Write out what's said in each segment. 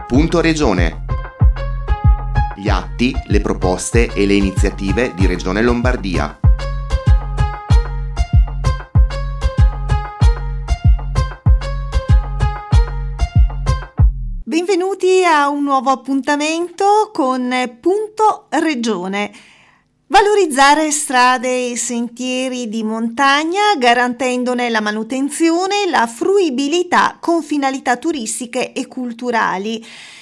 Punto Regione. Gli atti, le proposte e le iniziative di Regione Lombardia. Benvenuti a un nuovo appuntamento con Punto Regione. Valorizzare strade e sentieri di montagna garantendone la manutenzione e la fruibilità con finalità turistiche e culturali.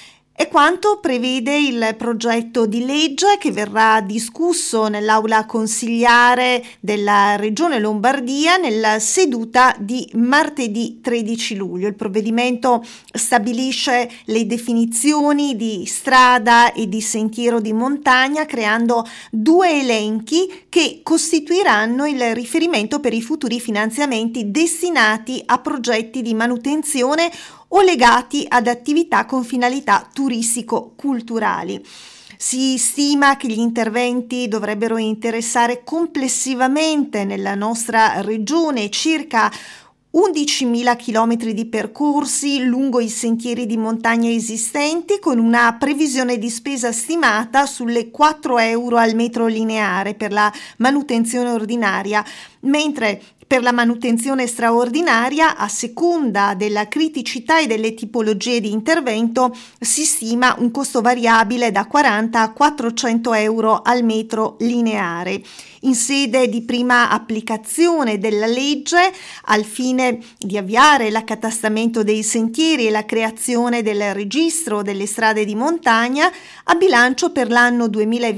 È quanto prevede il progetto di legge che verrà discusso nell'aula consigliare della Regione Lombardia nella seduta di martedì 13 luglio. Il provvedimento stabilisce le definizioni di strada e di sentiero di montagna, creando due elenchi che costituiranno il riferimento per i futuri finanziamenti destinati a progetti di manutenzione o legati ad attività con finalità turistico-culturali. Si stima che gli interventi dovrebbero interessare complessivamente nella nostra regione circa 11.000 chilometri di percorsi lungo i sentieri di montagna esistenti, con una previsione di spesa stimata sulle 4 euro al metro lineare per la manutenzione ordinaria, mentre per la manutenzione straordinaria, a seconda della criticità e delle tipologie di intervento, si stima un costo variabile da 40 a 400 euro al metro lineare. In sede di prima applicazione della legge, al fine di avviare l'accatastamento dei sentieri e la creazione del registro delle strade di montagna, a bilancio per l'anno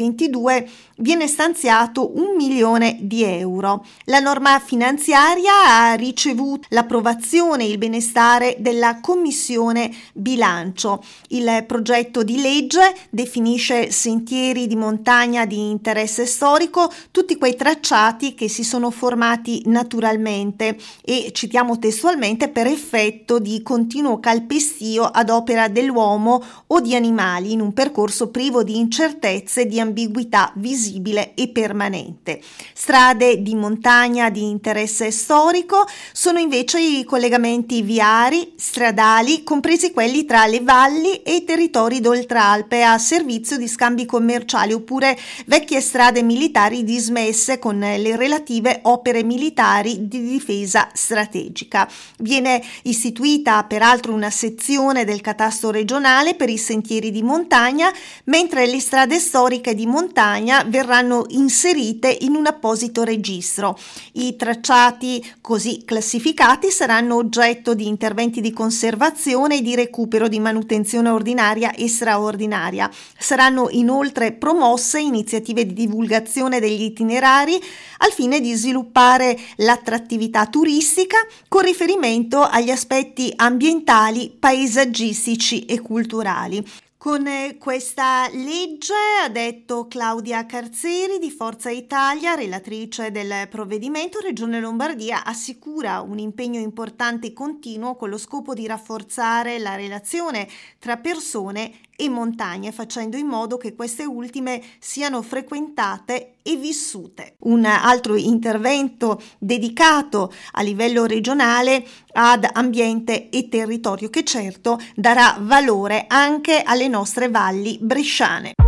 2022 viene stanziato 1 milione di euro. La norma finanziaria ha ricevuto l'approvazione e il benestare della Commissione Bilancio. Il progetto di legge definisce sentieri di montagna di interesse storico, tutti quei tracciati che si sono formati naturalmente e, citiamo testualmente, per effetto di continuo calpestio ad opera dell'uomo o di animali in un percorso privo di incertezze e di ambiguità visibile e permanente. Strade di montagna di interesse storico sono invece i collegamenti viari, stradali, compresi quelli tra le valli e i territori d'oltralpe a servizio di scambi commerciali, oppure vecchie strade militari dismesse con le relative opere militari di difesa strategica. Viene istituita peraltro una sezione del catasto regionale per i sentieri di montagna, mentre le strade storiche di montagna verranno inserite in un apposito registro. I tracciati così classificati saranno oggetto di interventi di conservazione e di recupero di manutenzione ordinaria e straordinaria. Saranno inoltre promosse iniziative di divulgazione degli itinerari al fine di sviluppare l'attrattività turistica con riferimento agli aspetti ambientali, paesaggistici e culturali. Con questa legge, ha detto Claudia Carzeri di Forza Italia, relatrice del provvedimento, Regione Lombardia assicura un impegno importante e continuo con lo scopo di rafforzare la relazione tra persone e montagne, facendo in modo che queste ultime siano frequentate e vissute. Un altro intervento dedicato a livello regionale ad ambiente e territorio, che certo darà valore anche alle nostre valli bresciane.